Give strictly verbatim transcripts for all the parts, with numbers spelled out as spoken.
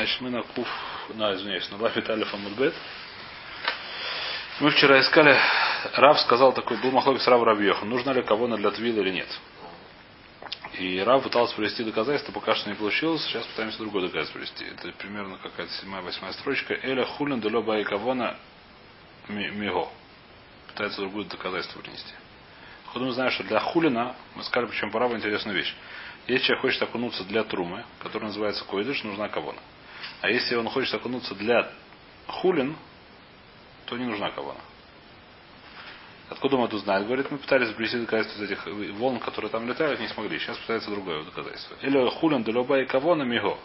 Значит, мы на Куф, на, извиняюсь, на Лафит Алиф Амудбет. Мы вчера искали, Рав сказал такой, был махлок с Рав Рабьехан, нужно ли кавона для твила или нет. И Рав пытался привести доказательства, пока что не получилось, сейчас пытаемся другое доказательство привести. Это примерно какая-то седьмая-восьмая строчка. Эля хулин дело бай кавона миго. Пытается другое доказательство принести. Ходу мы знаем, что для хулина, мы сказали, причем по Раву интересную вещь. Если человек хочет окунуться для трумы, которая называется койдыш, нужна кавона. А если он хочет окунуться для хулин, то не нужна кавона. Откуда мы это знаем? Говорит, мы пытались привести доказательства из этих волн, которые там летают, не смогли. Сейчас пытается другое доказательство. Или хулин делоба и кавона миго.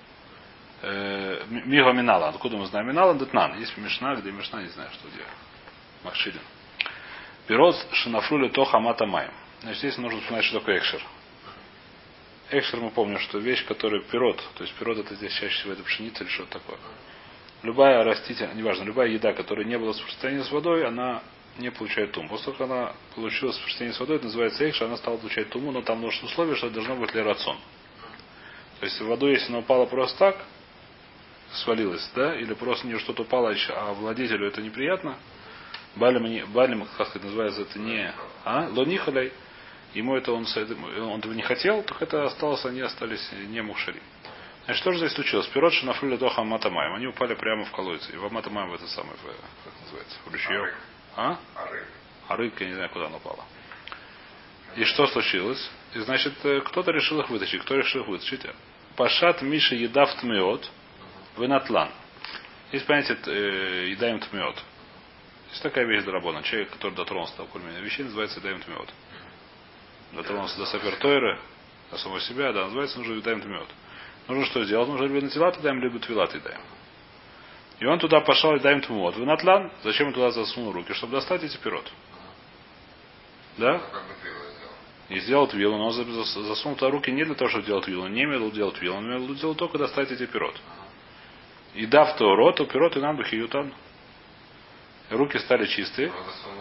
Миго минала. Откуда мы знаем минала? Детнан. Есть мишна, где мишна, не знаю, что делать. Махшилин. Пирот шинафрули то хамата маем. Значит, здесь нужно вспоминать, что такое экшер. Экшер мы помним, что вещь, которая пирот, то есть пирот это здесь чаще всего это пшеница или что-то такое. Любая растительная, неважно, любая еда, которая не была соприкосновения с водой, она не получает туму. После того, как она получила соприкосновение с водой, это называется экшер, она стала получать туму, но там множество условий, что это должно быть лерацион. То есть в воду, если она упала просто так, свалилась, да, или просто у нее что-то упало, а владельцу это неприятно, Балим, балим, как сказать, называется, это не, а, лонихалей, ему это он, он этого не хотел, так это осталось, они остались не мухшари. Значит, что же здесь случилось? Пирот шинафрули доха матамаем. Они упали прямо в колодец. И в матамаем в это самое, в, как называется, в ручеек. А? А рыбка, я не знаю, куда она упала. И что случилось? И значит, кто-то решил их вытащить. Кто решил их вытащить? Пашат Миша едав тмеот венатлан. Есть понятие э, едаем тмеот. Есть такая вещь драбона. Человек, который дотронулся до кульмина вещей, называется едаем тмеот. Дотронулся до сапер тойры, до самого себя, да, называется нужно едаем тмеот. Нужно что сделать? Нужно либо натилат едаем, либо твилат едаем. И он туда пошел едаем тмеот. Венатлан, зачем он туда засунул руки? Чтобы достать эти пирот. Да? И сделал твил, но он засунул туда руки не для того, чтобы делать твил. Он не имел в виду делать твил, он имел в виду делать только достать эти пирот. И дав то рот, то пирот и нам бы хиютан. Руки стали чистые.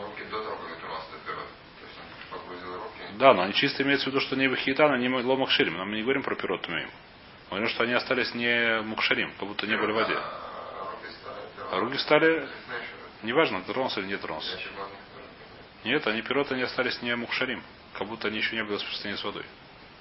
Да, но они чистые имеются в виду, что не бахитан, они ломах ширим. Но мы не говорим про пирот тумеем. Мы говорим, что они остались не мукшарим, как будто не были в воде. А руки стали... Неважно, тронулся или не тронулся. Нет, они пироты они остались не мукшарим. Как будто они еще не были соприкосновены с водой.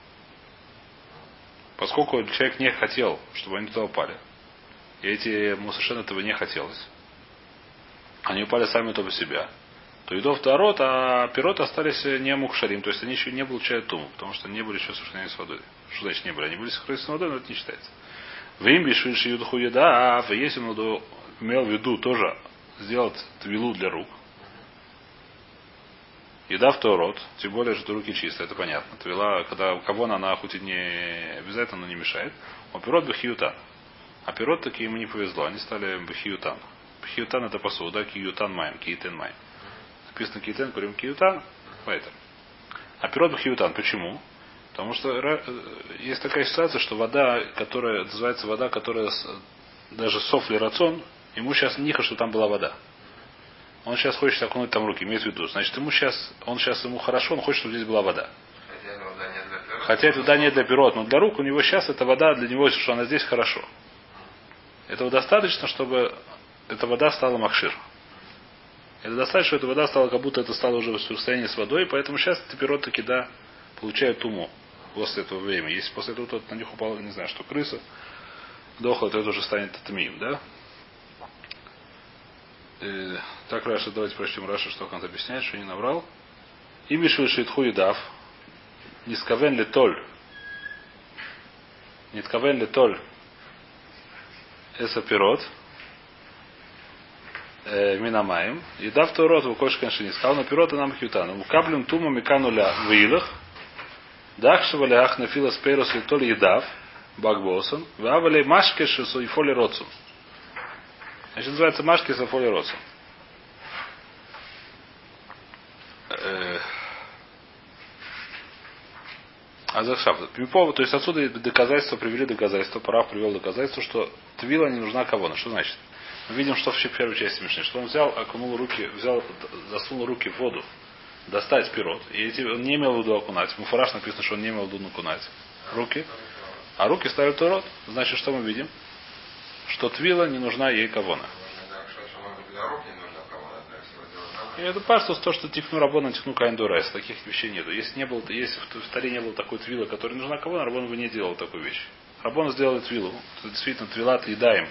Поскольку человек не хотел, чтобы они туда упали, и эти ему совершенно этого не хотелось, они упали сами то по себя, то едов тарот, а пироты остались не мукшарим, то есть они еще не получают туму, потому что не были еще соприкосновены с водой. Что значит не были? Они были соприкосновены с водой, но это не считается. В им бишвиши юдху еда, а если он имел в виду тоже сделать твилу для рук, еда в Торот, тем более, что руки чистые, это понятно. Твила, когда кавона, она хоть и не обязательно, но не мешает. А пирот бахиютан. А пирот таки ему не повезло, они стали бахиютан. Бахиютан это посуда, киютан маем, киетен маем. Написано киетен, говорим киютан, поэтому. А пирот бахиютан, почему? Потому что есть такая ситуация, что вода, которая называется вода, которая даже софли рацион, ему сейчас ниха, что там была вода. Он сейчас хочет окунуть там руки, имеет в виду. Значит, ему сейчас, он сейчас ему хорошо, он хочет, чтобы здесь была вода. Хотя эта вода не для пирот, но для рук у него сейчас эта вода, для него, что она здесь хорошо. Этого достаточно, чтобы эта вода стала махшир. Это достаточно, что эта вода стала, как будто это стало уже в состоянии с водой, поэтому сейчас эти пирот таки, да, получают туму после этого времени. Если после этого тот на них упал, не знаю, что крыса дохла, то это уже станет татмием, да? И, так, Раша, давайте прочтем Раша, что он объясняет, что не наврал. И мишвы шитху и дав. Не скавен ли толь. Не скавен ли толь. Эса пирот. Минамаем. И дав то рот в кошкан шини. Сказал на пирот и нам хьютану. Мукаблем тума микануля в илах. Дахшева лях на фила спейрос и толь едав. Багбосон. Вавали машке шесу и фоли роцу. Значит, называется машки с фоли роцу. А за шаб. То есть отсюда доказательства, привели доказательства, Парав привел доказательство, что твила не нужна кавона. Что значит? Мы видим, что в первой части Мишны, что он взял, окунул руки, взял, засунул руки в воду, достать пирот. И эти, он не имел в виду окунать. В Муфараш написано, что он не имел в виду окунать руки. А руки ставят в рот. Значит, что мы видим? что твила не нужна ей кавона. И это паштус то, что тихну рабона, тихну каиндурайс. Таких вещей нету. Если не было, если в таре не было такой твила, которая нужна кавона, рабон бы не делал такую вещь. Рабон сделал твилу. Это действительно твила ты едаем.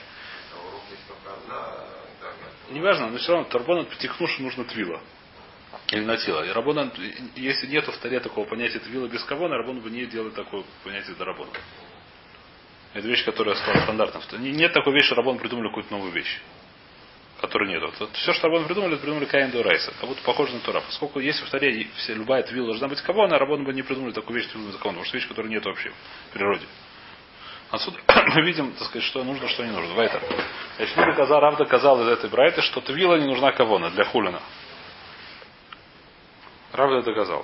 Неважно, но все равно рабон тихну, что нужно твила. Или натила. И рабон, если нету в таре такого понятия твила без кавона, рабон бы не делал такое понятие до рабона. Это вещь, которая стала стандартом. Нет такой вещи, что рабон придумали какую-то новую вещь, которой нету. Вот все, что рабон придумали, это придумали Каин до Райса. Как будто похоже на Тора. Поскольку если в Торе все, любая твила должна быть кавона, а рабон бы не придумали такую вещь, твилу без кавона. Потому что вещь, которой нет вообще в природе. Отсюда мы видим, так сказать, что нужно, что не нужно. Вайтер. Значит, доказал, Рав доказал из этой брайты, что твила не нужна кавона для хулина. Рав это доказал.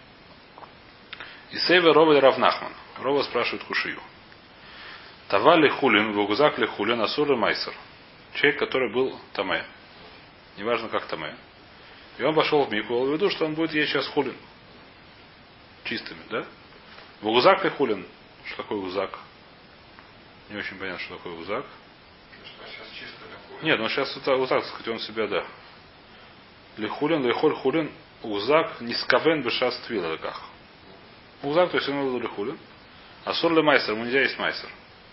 И Сейвер Ровель Рав Нахман. Рова спрашивает Кушию. Тавали хулин, вугузак ли хулин, асур майсер. Человек, который был тамэ. Неважно, как тамэ. И он пошел в мику, в виду, что он будет есть сейчас хулин. Чистыми, да? Вугузак ли хулин? Что такое узак? Не очень понятно, что такое узак. Нет, ну сейчас это узак, так сказать, он себя, да. Лихулин, лихоль хулин, узак, не скавен бы шас твила как. Узак, то есть он был лихулин. Асур ли майсер, ему нельзя есть майсер.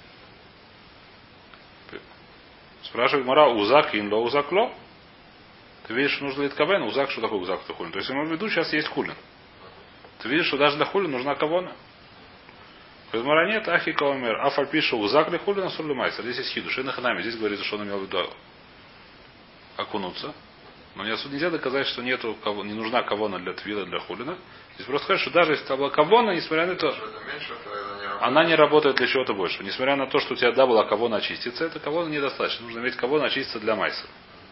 Спрашивает Мара, узак ин ло, узак ло. Ты видишь, что нужно лит кавен, узак, что такое узак, хулин. То есть, ему в виду, сейчас есть хулин. Ты видишь, что даже для хулин нужна кавона. Говорит, Мара, нет, ахи кавамер, афаль пишу, узак ли хулин, асур ли майсер. Здесь есть хидуш. И на ханаме, здесь говорится, что он имел в виду окунуться. Но нельзя доказать, что нету, не нужна кавона для твила, для хулина. Здесь просто сказать, что даже если там была кавона, несмотря на это, она не работает для чего-то больше. Несмотря на то, что у тебя да была кавона очиститься, это кавона недостаточно. Нужно иметь кавона очиститься для майса.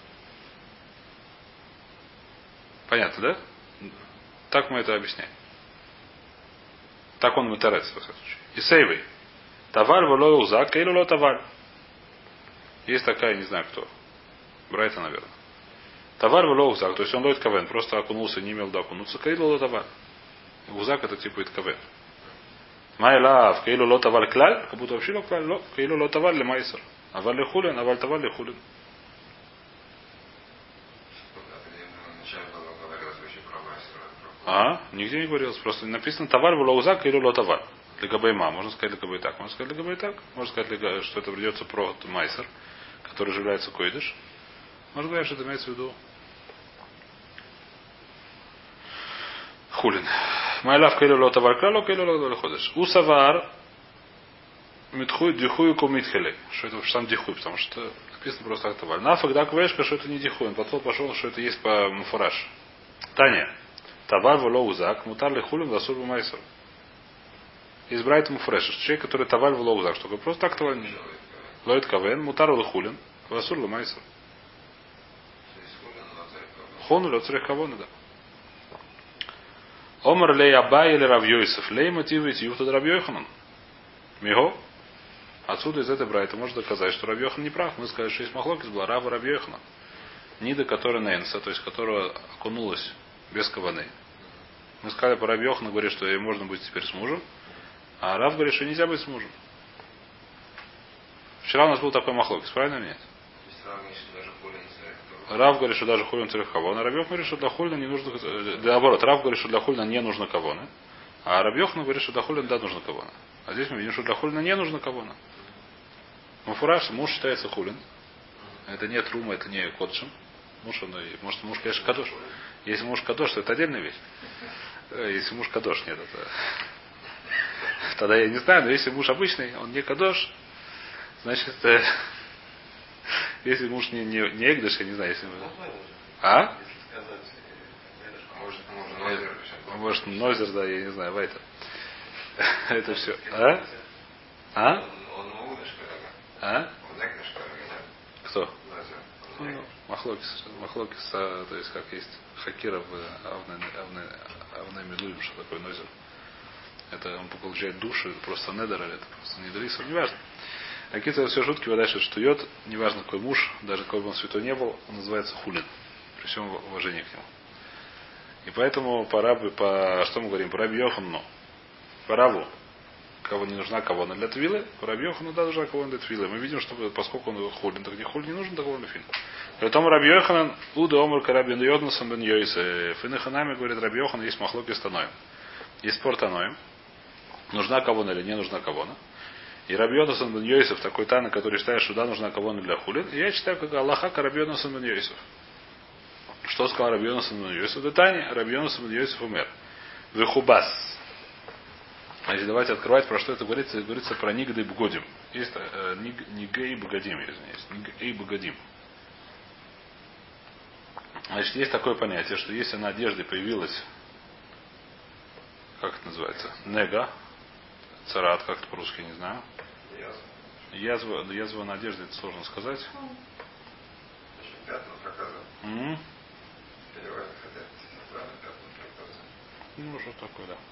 Понятно, да? Так мы это объясняем. Так он мытарец, во всяком случае. И сейвей. Таваль волой узак, кейлуло таваль. Есть такая, не знаю кто. Брайта, наверное. Тавар в узак, то есть он лоит кавен, просто окунулся, не имел да окунуться. Кейлу ло тавар. Узак это типа кавен. Майлав, кейлу ло тавар клаль, как будто вообще ло клаль, ло, кейлу ло тавар ли майсер. Авар ли хулин, авар тавар ли хулин. А, нигде не говорилось, просто написано тавар в узак, кейлу ло тавар. Для габайма, можно сказать для габай так, можно сказать для габай так, можно сказать, что это придется про майсер, который является койдыш. Можно говорить, что это имеется в виду хулин. Майлав кейлу ло тавар клало, кейлу ло ходыш. Усавар митхуй дихуй комитхелей. Что это сам дихуй, потому что написано просто так тавар. Нафак да квешка, что это не дихуй. Он потом пошел, что это есть по муфураж. Таня. Тавар в ло узак, мутар ли хулин ласур в майсер. Избрать муфураж. Человек, который тавар в ло узак. Что просто так тавар не лоит кавен, мутар ли хулин, ласур в майсер. Хону ло црех кавона, да. Омар лей Абай или Рав Йосеф. Лей мотивы тиюхта Рав Йоханан. Миго. Отсюда из этой брайта можно доказать, что Рав Йохан не прав. Мы сказали, что есть махлокис была Рава Рав Йохана. Нида, которая ненса, то есть которая окунулась без каваны. Мы сказали по Рав Йохану, говорит, что ей можно быть теперь с мужем. А Рав говорит, что нельзя быть с мужем. Вчера у нас был такой махлокис, правильно или нет? Рав говорит, что даже хулин царих кавона. Рав Йохан говорит, что для хулина не нужно. Для наоборот, Рав говорит, что для хулина не нужно кавона. А Рав Йохан говорит, что для хулина да нужно кавона. А здесь мы видим, что для хулина не нужно кавона. Муфураж, муж считается хулин. Это не трума, это не кодшим. Муж, он, может, муж, конечно, кадош. Если муж кадош, то это отдельная вещь. Если муж кадош, нет, это. Тогда я не знаю, но если муж обычный, он не кадош, значит. Если муж не, не, не Эгдыш, я не знаю, если... А? Может, Нойзер, да, я не знаю, Вайтер. Это все. А? А? А? Кто? Махлокис. Махлокис, то есть как есть Хакира в Авне Медуем, что такое Нойзер. Это он получает души, просто Недер, или это просто Недрисов, неважно. Какие-то все жуткие, вода что штует, неважно какой муж, даже какой бы он святой не был, он называется хулин. При всем уважении к нему. И поэтому по рабу, по что мы говорим, по Раби Йохану, по Раву, кого не нужна кавона для твилы, Раби Йоханану да нужна кавона для твилы. Мы видим, что поскольку он хулин, так не хулин не нужен, так он фин. Поэтому Раби Йоханан Уда Омар Карабин Йоднасом бен Йойсеф. И на Ханаме говорит Раби Йохан, есть махлоки станоем. Есть спор таноем. Нужна кавона или не нужна кавона. И Раби Йоднасан бен Йойсеф такой тана, который считает, что да, нужна кавона для хулин. И я читаю, как Аллаха Раби Йоднасан бен Йойсеф. Что сказал Раби Йонасан бен Йосеф? Детани, Раби Йонасан бен Йосеф умер. Вехубас. Значит, давайте открывать, про что это говорится. Говорится про Нигда и Богодим. Есть э, ниг, Нига и Богодим, извиняюсь. Нига и Богодим. Значит, есть такое понятие, что если на одежде появилась, как это называется, нега, царат, как это по-русски, не знаю. Язва, язва на одежде, это сложно сказать. Mm-hmm. Ну, что такое, да.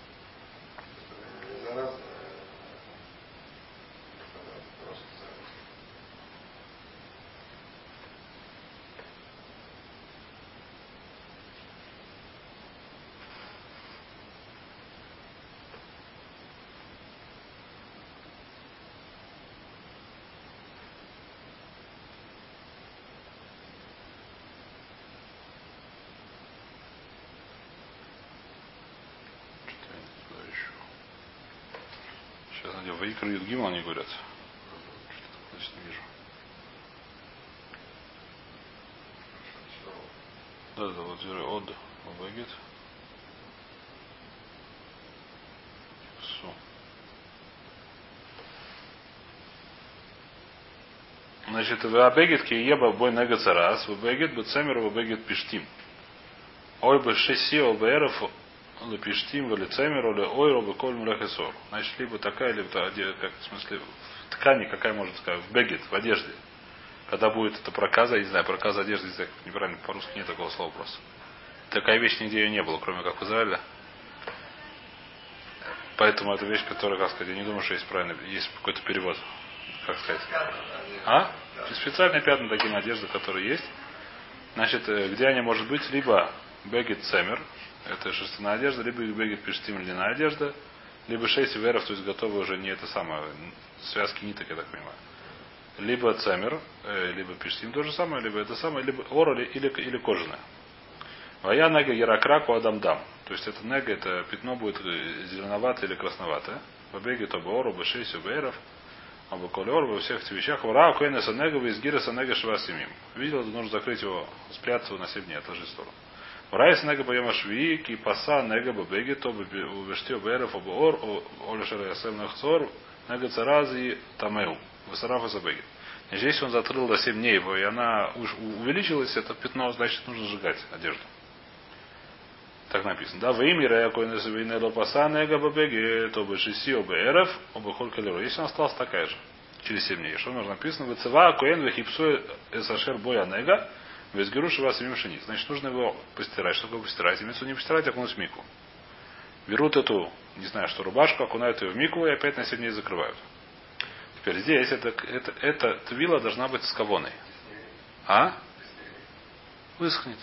Сейчас найдем. Ваикр Юдгима они говорят. Значит, не вижу. Да, да, вот от Обегет. Су. Значит, в Обегет Киеба бой нега царас, в Обегет Бецемер, в Обегет Пиштим. Ой бы шеси оберов или пиштим, или цемер, или ойро, бы коль млехесор. Значит, либо такая, либо та, как, в смысле, в ткани, какая может сказать, в бегет, в одежде. Когда будет это проказа, я не знаю, проказа одежды, здесь неправильно, по-русски нет такого слова просто. Такая вещь нигде ее не было, кроме как в Израиле. Поэтому это вещь, которая, как сказать, я не думаю, что есть правильно, есть какой-то перевод. Как сказать? А? Специальные пятна такие на одежду, которые есть. Значит, где они может быть? Либо бегет цемер, это шерстяная одежда, либо бегет пиштим, льняная одежда, либо шесть веров, то есть готовы уже не это самое, связки ниток, я так понимаю. Либо цемер, э, либо пиштим то же самое, либо это самое, либо ора или, или, или кожаная. Вая нега яракраку адамдам. То есть это нега, это пятно будет зеленоватое или красноватое. Побегет оба ору, оба шесть, оба эров, оба колер, во всех этих вещах. Вара куэнеса нега, визгиреса нега швасимим. Видел, нужно закрыть его, спрятать его на семь дней, отложить в сторону. Райс нега боема шви, ки паса нега бабеги, то увешти оберев обоор, олешера ясем нахцор, нега царази тамеу, высарафа забеги. Здесь он закрыл до семь дней его, и она уж увеличилась, это пятно, значит, нужно сжигать одежду. Так написано. Да, в имя Райакой Несавинело паса нега бабеги, то бы шеси оберев, оба холькалеру. Если она осталась такая же, через семь дней, что нужно написано? Выцева коэн вехипсуэ эсашер боя нега, Везгеруш вас имим шенит. Значит, нужно его постирать. Что такое постирать? Имеется не постирать, а окунуть в мику. Берут эту, не знаю, что рубашку, окунают ее в мику и опять на семь дней закрывают. Теперь здесь это, это, эта твила должна быть с кавоной. А? Высохнет.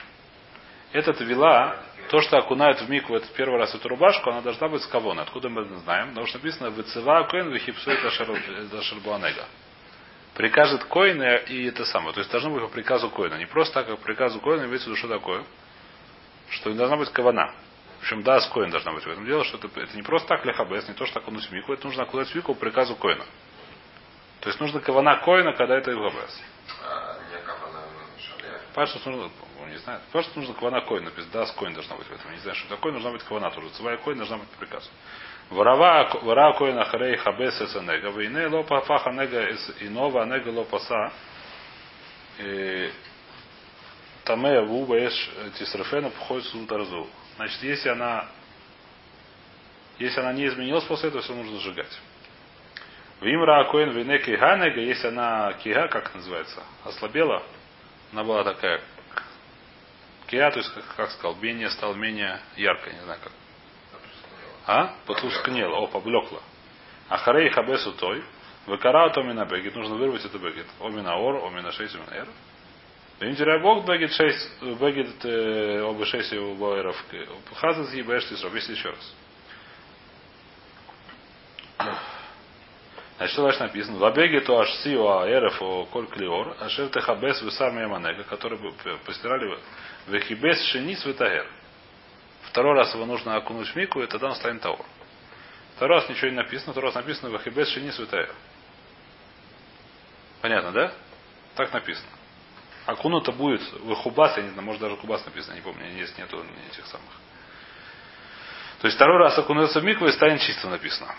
Эта твила, то, что окунают в мику этот первый раз эту рубашку, она должна быть с кавоной. Откуда мы это знаем? Потому что написано «Вецева коэн вехипсует ашербуанега». Прикажет коина и это самое. То есть должно быть по приказу коина. Не просто так, как по приказу коина, имеется в виду, что такое? Что не должна быть кавана. В общем, да, с коин должна быть в этом дело, что это, это не просто так лехабес, не то, что окунуть в мику, это нужно окунуть в мику по приказу коина. То есть нужно кавана коина, когда это лехабес. А не кавана шале. Паша, нужно, не знаю, Паша, нужно кавана коина, написано, да, с коин должна быть в этом. Не знаю, что такое, нужна быть кавана тоже. Цевая коин должна быть по приказу. Вара коина харей хабес эса нега. Вейне лопа фаха нега и нова нега лопаса. Тамея вуба эш тисрафена входит в тарзу. Значит, если она если она не изменилась после этого, все нужно сжигать. Вимра коин вейне кига нега, если она кига, как называется, ослабела, она была такая кига, то есть, как, как сказал, менее стал менее яркой, не знаю как. А? Потускнело, о, поблекло. А харей хабесу той, выкара то мина бегет, нужно вырвать это бегет. Омина ор, омина шесть, омина эр. Винтера бог бегет шесть, бегет оба шесть его боеров. Хазас ебаешь ты срок, если еще раз. Значит, что дальше написано? Лабеги то аж сио аэреф о коль клиор, ашер техабес высар меманега, который постирали вехибес шенис витагер. Второй раз его нужно окунуть в мику, и тогда он станет таур. Второй раз ничего не написано, второй раз написано вехибес шенис витагер. Понятно, да? Так написано. Окунуто будет вехубас, я не знаю, может даже кубас написано, не помню, есть нету этих самых. То есть второй раз окунется в микву и станет чистым написано.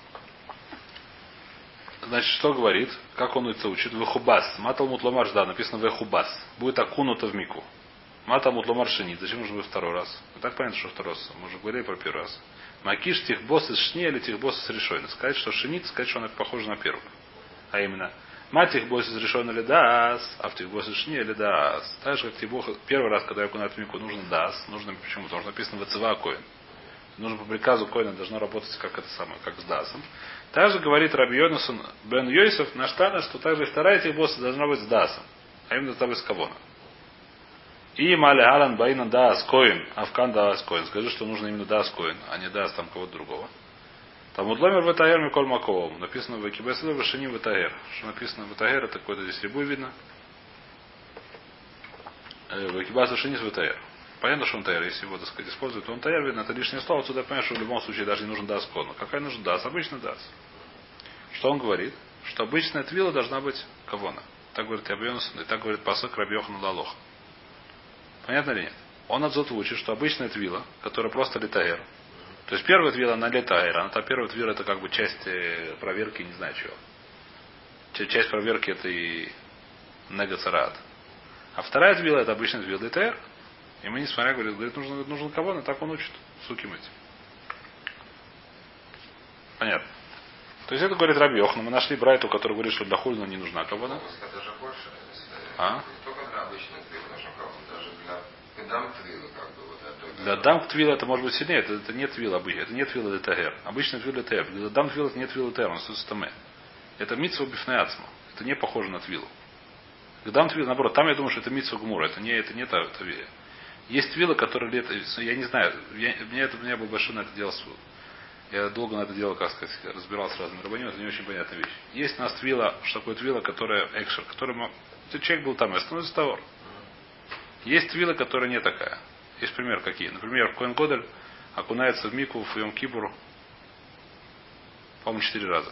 Значит, что говорит? Как он это учит? Вехубас. Матал мутломар жда. Написано вехубас. Будет окунуто в мику. Матал мутломар шенит. Зачем нужно будет второй раз? Вы так понятно, что второй раз? Мы уже говорили про первый раз. Макиш тех босс из шни или тех босс из решойна. Сказать, что шенит, сказать, что она похожа на первую. А именно, мать тех босс из решойна или даас, а в тех босс из шни или даас. Так же, как тех босс, первый раз, когда я окунаю в мику, нужно даас. Нужно, почему? Потому что написано вецева коин. Нужно по приказу коина должно работать как это самое, как с дасом. Также говорит Раби Йонасон бен Йосеф на штана, что также вторая этих босса должна быть с дасом. А именно должна быть с кавона. И мали алан баина даас коин, авкан даас коин. Скажи, что нужно именно даас коин, а не даас там кого-то другого. Там удломер ватагер миколь маковом. Написано в экибесиле вышиним ватагер. Что написано ватагер, это какой-то здесь рябой видно. В экибас вышинис ватагер. Понятно, что он тайр, если его, так сказать, используют, то он тайр, видно, это лишнее слово, отсюда понимаешь, что в любом случае даже не нужен дас кону. Какая нужна дас? Обычно дас. Что он говорит? Что обычная твила должна быть кавона. Так говорит Ябьонсон, и так говорит пасок Раби Йохаnan Лалох. Понятно или нет? Он отзот учит, что обычная твила, которая просто литаэр. То есть первая твила, она литаэр, а та первая твила это как бы часть проверки, не знаю чего. Часть проверки это и негацарат. А вторая твила это обычная твила литаэр. И мы, несмотря, говорит, говорит, нужно, нужен кавон, и так он учит. Суки мыть. Понятно. То есть это говорит Раби Йохаnan. Мы нашли брайту, который говорит, что для хульна не нужна кавона. Это же больше, если а? Не только для обычной твилы нужен кавон, даже для дам твилы, как бы вот это. Для дам твила это может быть сильнее. Это, это не твила обычная. Это не твила летагер. Обычная твила летагер. Для дам твила это не твила летагер, он остается таме. Это митсва бифнеацма. Это не похоже на твилу. Дам твила, наоборот, там я думаю, что это митсва гмура. Это не, это не та твила. Есть твила, которые лето, я не знаю, я, мне это, у меня был большой на это дело суд. Я долго на это дело, как сказать, разбирался с разными рабаними, это не очень понятная вещь. Есть у нас твила, что такое твила, которая экшер, которая, человек был там и становится товар. Есть твила, которая не такая. Есть пример какие. Например, Коэн Годель окунается в мику в Йом Кипур, по-моему, четыре раза.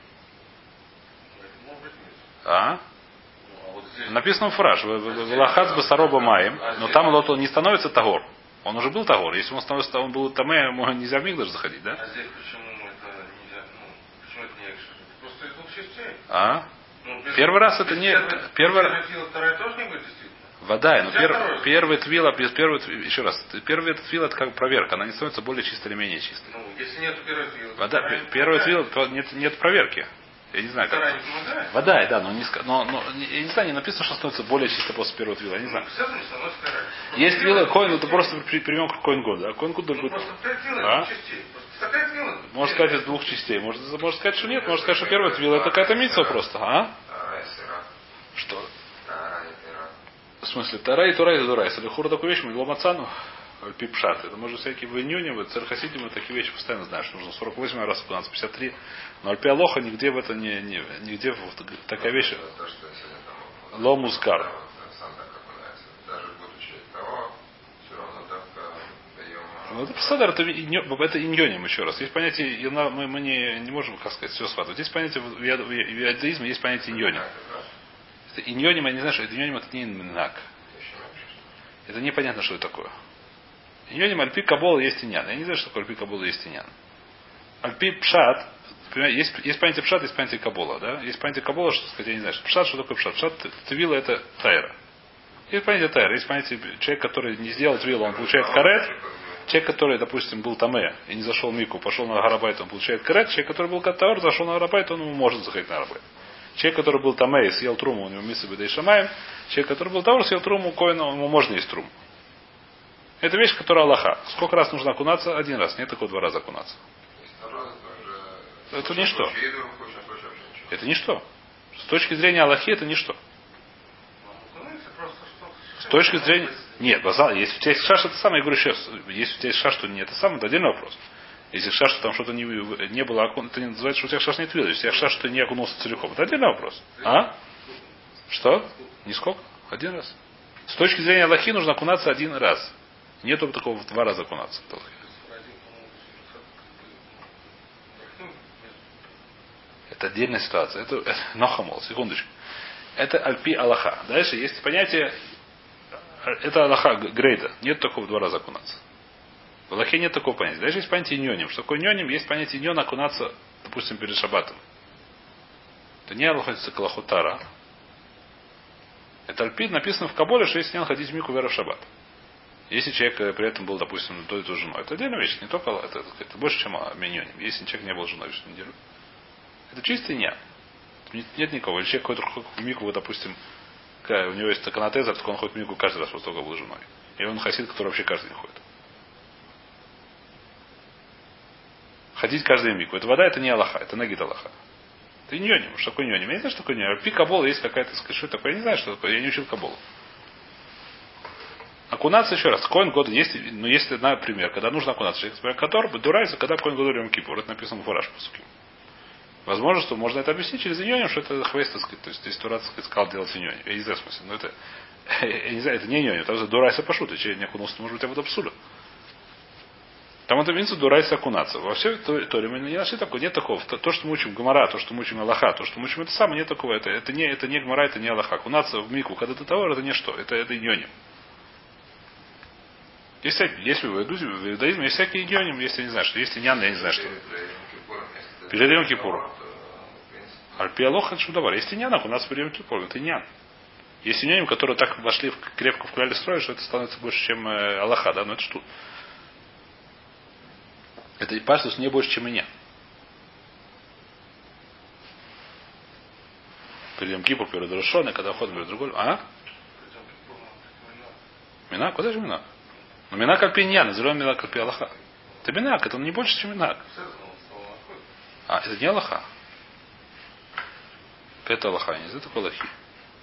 А? Написано в фраж. Лахац басароба маем. Но там лото не становится тагор. Он уже был тагор. Если он становится, он был таме, ему нельзя в миг даже заходить, да? А здесь почему это нельзя? Ну, почему это не экшер? Просто это двух частей. А? Ну, без, первый раз это не. Первый раз. Вторая тоже не будет действительно. Вода, но пер, первый твила, без первый, еще раз, первый твил это как проверка, она не становится более чистой или менее чистой. Ну, если нет первой твила. Вода, первый твил, то нет, нет проверки. Я не знаю, как. Вода, да, но не, но, но я не знаю, не написано, что становится более чисто после первого твила. Я не знаю. Есть твила коин, это просто примем как коин год, да? Коин год ну, будет. А? Можно сказать из двух частей. Можно, можно сказать, что нет, можно сказать, что первый твила это какая-то митцва просто, а? Что? В смысле, Тара и Тура и Дура. Если хура такую вещь, мы его мацану. Пипшат. Это может всякие в инюне, в церхасидим, мы такие вещи постоянно знаем, что нужно сорок восемь раз окунаться, пятьдесят три. Но альпия лоха нигде в это не, не нигде в такая вещь. Ло мускар. Ну, это псадар, это, это иньоним еще раз. Есть понятие, мы, мы не, не можем, как сказать, все схватывать. Есть понятие, в иудаизме есть понятие иньоним. Иньоним, я не знаю, что это иньоним, это не инминак. Это непонятно, что это такое. Иньоним альпи кабола есть иньян. Я не знаю, что такое альпи кабола есть иньян. Альпи пшат, есть, есть понятие пшат, есть понятие кабола, да? Есть понятие кабола, что сказать, я не знаю, что пшат, что такое пшат. Пшат, твила это тайра. Есть понятие тайра, есть понятие человек, который не сделал твилу, он получает карет. Человек, который, допустим, был таме и не зашел в мику, пошел на гарабайт, он получает карет. Человек, который был катавр, зашел на гарабайт, он ему может заходить на гарабайт. Человек, который был таме и съел труму, у него мисы бедай шамаем. Человек, который был тавр, съел труму, коина, ему можно есть труму. Это вещь, которая Аллаха. Сколько раз нужно окунаться? Один раз. Нет такого два раза окунаться. Это ничто. Это ничто. С точки зрения Аллахи это ничто. С точки зрения... Нет, базал, если у тебя есть шаш, это самое, я говорю сейчас, если у тебя есть шаш, то нет, это самый, это отдельный вопрос. Если хшаш, что там что-то не, не было окунуто, это не называется, что у тебя хшаш не твил. Если хшаш, что ты не окунулся целиком. Это отдельный вопрос. А? Что? Нисколько? Один раз. С точки зрения Аллахи нужно окунаться один раз. Нету такого в два раза окунаться. Это отдельная ситуация. Это, это нохамол, секундочку. Это альпи Аллаха. Дальше есть понятие, это Аллаха грейда. Нет такого в два раза окунаться. В Аллахе нет такого понятия. Дальше есть понятие ньоним. Что такое ньоним? Есть понятие ньон окунаться, допустим, перед шаббатом. Это не аллахотится калахутара. Это альпи написано в Каболе, что если не ходить в мику вера в шаббат. Если человек при этом был, допустим, той и той женой. Это отдельная вещь. Не только это, это, это больше, чем миньоним. Если человек не был женой всю неделю. Это чистый не. Нет никого. Если человек ходит в мику, допустим, у него есть канатезер, так он ходит в мику каждый раз, после того, как был женой. И он хасид, который вообще каждый день ходит. Ходить каждый день в мику. Это вода, это не Аллаха, это нагид Аллаха. Это ньоним. Что такое ньоним? Я не знаю, что такое ньоним. Пи Кабола есть какая-то, что такое? Я не знаю, что такое. Я не учил Каболу. Окунаться еще раз. Коин года есть, ну, есть например, когда нужно окунаться. Человек, например, который дурается, когда коин года Йом Кипур. Это написано в Фураж по сути. Возможно, что можно это объяснить через иньоним, что это хвест, так сказать. То есть здесь Турат сказал делать иньоним. Я не знаю смысл. Но это, я не знаю, это не иньоним. Там дурайся пошут. И человек не окунулся, может быть, а вот абсуля. Там это имеется дурайся окунаться. Во всей Торе мы не нашли такого. Нет такого. То, что мы учим Гамара, то, что мы учим Аллаха, то, что мы учим это самое, нет такого. Это, это, не, это не Гамара, это не Аллаха. Окунаться в мику, когда ты товар, это не что. Это, это иньоним. Есть всякие, если в иудаизме есть всякие иньоним, если не знаю, что есть иньян, я не знаю, что. Перед Йом Кипуром. Альпи Алоха Шудавар. Если иньян, у нас перед Йом Кипуром, это иньян. Есть иньоним, которые так вошли в, крепко в кляле строя, что это становится больше, чем э, Аллаха, да, но это что? Это паштус не больше, чем иньян. Перед Йом Кипур, перед Рошоной, когда ходим перед другой. А? Минак? Куда же Минак? Но Минак Альпи иньян, называем Минак Альпи Аллаха. Это Минак, это не больше, чем Минак. А, это не Аллаха. Это Аллаха, не знаю, такой Аллахи.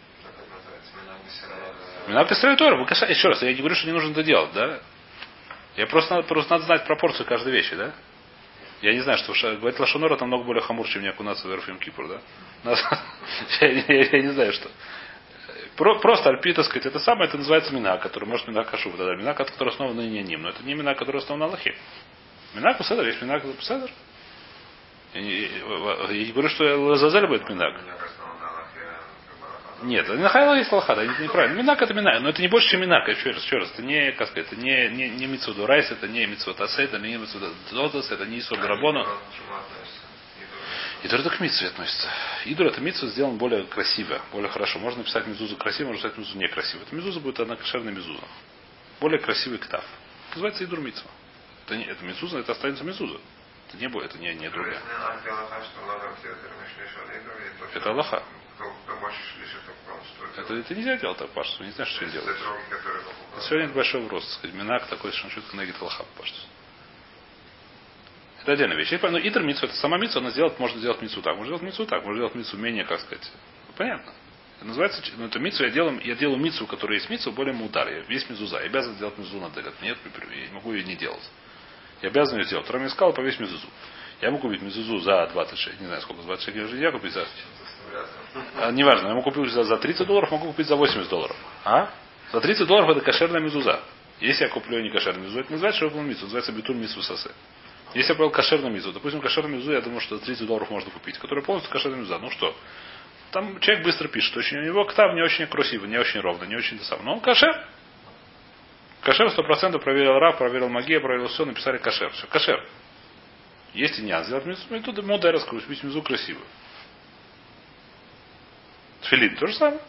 Минак Исраэль Тора. Еще раз, я не говорю, что не нужно это делать, да? Я просто надо, просто надо знать пропорцию каждой вещи, да? Я не знаю, что говорить Лашонора там много более хамур, чем не окунаться в Эрфим Кипур, да? я, я, я не знаю, что. Про, просто альпи, так сказать, это самое, это называется мина, который может мина кашув, да, мина, который основан на ним, но это не мина, который основан на Аллахе. Мина Куседер, есть мина Куседер. Я не, я не говорю, что Лазазель будет минак. Нет, Нахайла есть Аллаха, да, это неправильно. Минак это минак, но это не больше, чем минак. Еще раз, еще раз, это не, как сказать, это не, не, не митцву Райс, это не митцву Тасе, это не митцву Дотас, это не Исур Драбона. Идур это к митцве относится. Идур это митцву сделан более красиво, более хорошо. Можно написать мизузу красиво, можно написать мизузу некрасиво. Это мизуза будет одна кошерная мизуза. Более красивый ктав. Называется идур митцва. Это не, это мизуза, это останется мизуза. Это не будет, это не, не другая. Это Аллаха. Это, это нельзя делать так, Паштус. Не знаю, что он делает. Это сегодня это большой врос. Сказать, минак такой, что он чутко нагит Аллаха, Паштус. Это отдельная вещь. Но идр митцу, это сама митцу, она сделать, можно сделать митцу так. Можно сделать митцу так, можно сделать митцу менее, как сказать. Понятно. Это называется, ну это митцу, я делаю, я делаю митцу, которая есть митцу, более мудар. Я весь мизуза. Я обязан сделать мизузу на делят. Нет, я не могу ее не делать. Я обязан ее сделать. Второй мне сказал, повесь мизузу. Я могу купить мизузу за двадцать шесть. Не знаю, сколько двадцать шесть я я купить за. А, неважно, я могу купить за, за тридцать долларов, могу купить за восемьдесят долларов. А? За тридцать долларов это кошерная мизуза. Если я куплю не кошерную мизузу, это не называется, что я купил мизузу, называется битуль мизу сасе. Если я купил кошерную мизузу, допустим, кошерную мизузу, я думаю, что за тридцать долларов можно купить, которая полностью кошерная мизуза. Ну что? Там человек быстро пишет, очень у него ктав не очень красиво, не очень ровно, не очень сам. Но он кошер. Кошер сто процентов проверил Рав, проверил Магия, проверил все, написали кошер. Все, кошер. Есть и не сделать мизу, и тут мода раскрутить мизу красивую. Тфилин то же самое.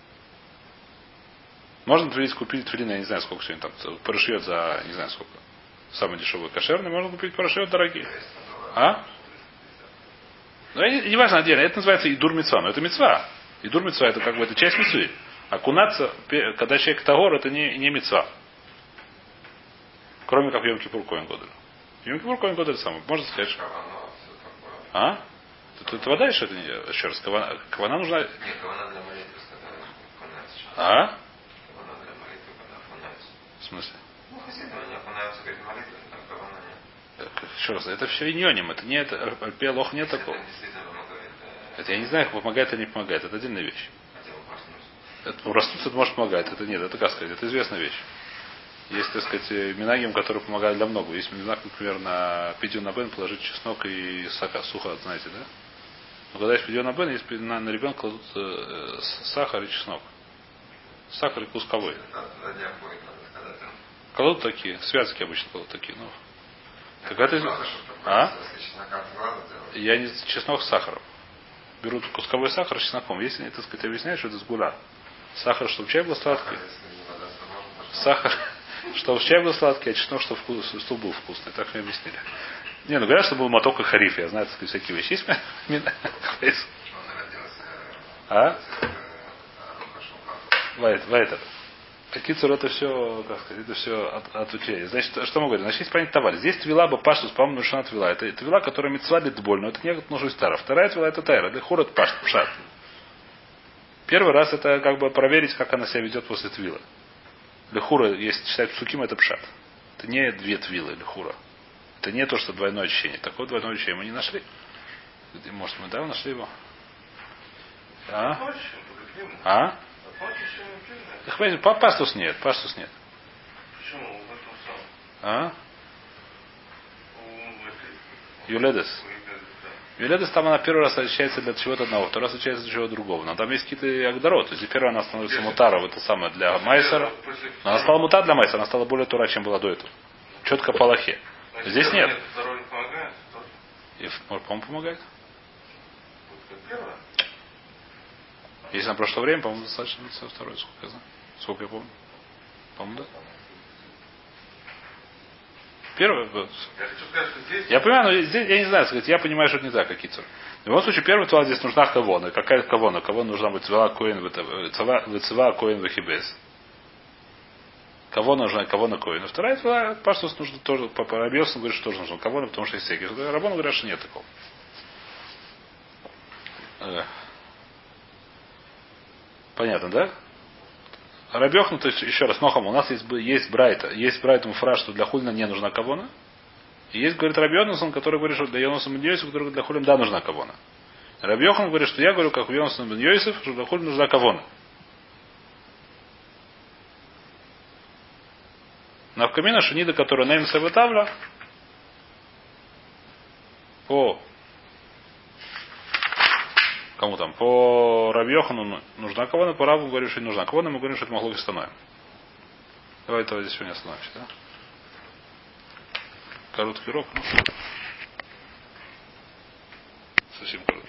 Можно тфилин купить тфилин, я не знаю, сколько сегодня там парашют за, не знаю сколько. Самый дешевый кошерный, можно купить парашют дорогие. А? Ну, не важно отдельно. Это называется идур мицва. Но это мицва. Идур мицва это как бы это часть мицвы. Окунаться, когда человек тагор, это не, не мицва. Кроме как в Йом Кипур Коэн Годель. Йом Кипур Коэн Годель самое. Можно сказать, что. А? Это, это вода еще это не. Еще раз, кавана, кавана нужна. Нет, кавана для молитвы, когда А? Кавана для молитвы, когда окунаются. В смысле? Ну, хасиды, они окунаются перед молитвой, там кавана нет. Еще раз, это все иньоним, это не это, Альпиалох нет такого. Это я не знаю, помогает или не помогает, это отдельная вещь. Это, проснуться это может помогать, это нет, это как сказать, это известная вещь. Есть, так сказать, минагим, которые помогают для многого. Есть минаг, например, на пидью на бен положить чеснок и сака, сухо, знаете, да? Но когда есть пидью на бен, есть на, на ребенка кладут э, сахар и чеснок. Сахар и кусковой. Кладут такие, связки обычно кладут такие, ну. Какая-то из... А? Я не чеснок с сахаром. Берут кусковой сахар с чесноком. Если, так сказать, объясняют, что это сгуля. Сахар, чтобы чай был сладкий. Сахар, чтобы чай был сладкий, а чеснок, чтобы, вкус, чтобы был вкусный. Так мне объяснили. Не, ну говорят, что был моток и хариф. Я знаю, так сказать, всякие вещи. Есть? А? Вайт, вайтер. Кицур это все, как сказать, это все от, от учения. Значит, что мы говорим? Значит, есть понятие товар. Здесь твила бы паштус, по-моему, нужна твила. Это твила, которая митцва для боль, но это не нужно из тара. Вторая твила это тайра, для хура это пашт, пшат. Первый раз это как бы проверить, как она себя ведет после твила. Для хура, если читать псуким, это пшат. Это не две твилы для хура. Это не то, что двойное очищение. Такое двойное очищение мы не нашли. Может, мы да, нашли его? А? А? Пастус нет, пастус нет. Почему? В этом самом. А? У Юледес. да. Юледес там она первый раз очищается для чего-то одного, второй раз очищается для чего-то другого. Но там есть какие-то агдорот. То есть первая она становится мутаром, это самое для майсера. Но она стала мутар для майсера, она стала более тура, чем была до этого. Четко по лохе. Здесь нет. Здоровье помогает? И, может, по-моему, помогает. Первое. Если на прошлое время, по-моему, достаточно со второй, сколько я знаю. Сколько я помню. По-моему, да. Первое. Я хочу сказать, что здесь... Я понимаю, но здесь я не знаю, сказать, я понимаю, что это не так, как Кицур. В любом случае, первая твила здесь нужна кавона. Какая кавона? Кавона нужна быть твила коин вецева коин вехибес. Кавона нужна кавона коин. Вторая твила, паштус нужно тоже, по Рабиосу говорит, что тоже нужно кавона, потому что есть секи. Рабону говорят, что нет такого. Понятно, да? Рабьехну, то есть, еще раз, Нохам, у нас есть, есть Брайта. Есть Брайта Муфра, что для Хулина не нужна кавона. И есть, говорит, Рабьехнусон, который говорит, что для Йонаса бен Йосиф, который говорит, для Хулина да, нужна кавона. Рабьехан говорит, что я говорю, как у Йонаса бен Йосиф, что для Хулина нужна кавона. Навкамина Шунида, которая Нейм Саватавля, по кому там? По Рабьехану нужна кавона, по Рабу говорит, что не нужна кавона, мы говорим, что это могло быть становим. Давай этого здесь сегодня остановимся, да? Короткий урок. Ну. Совсем короткий.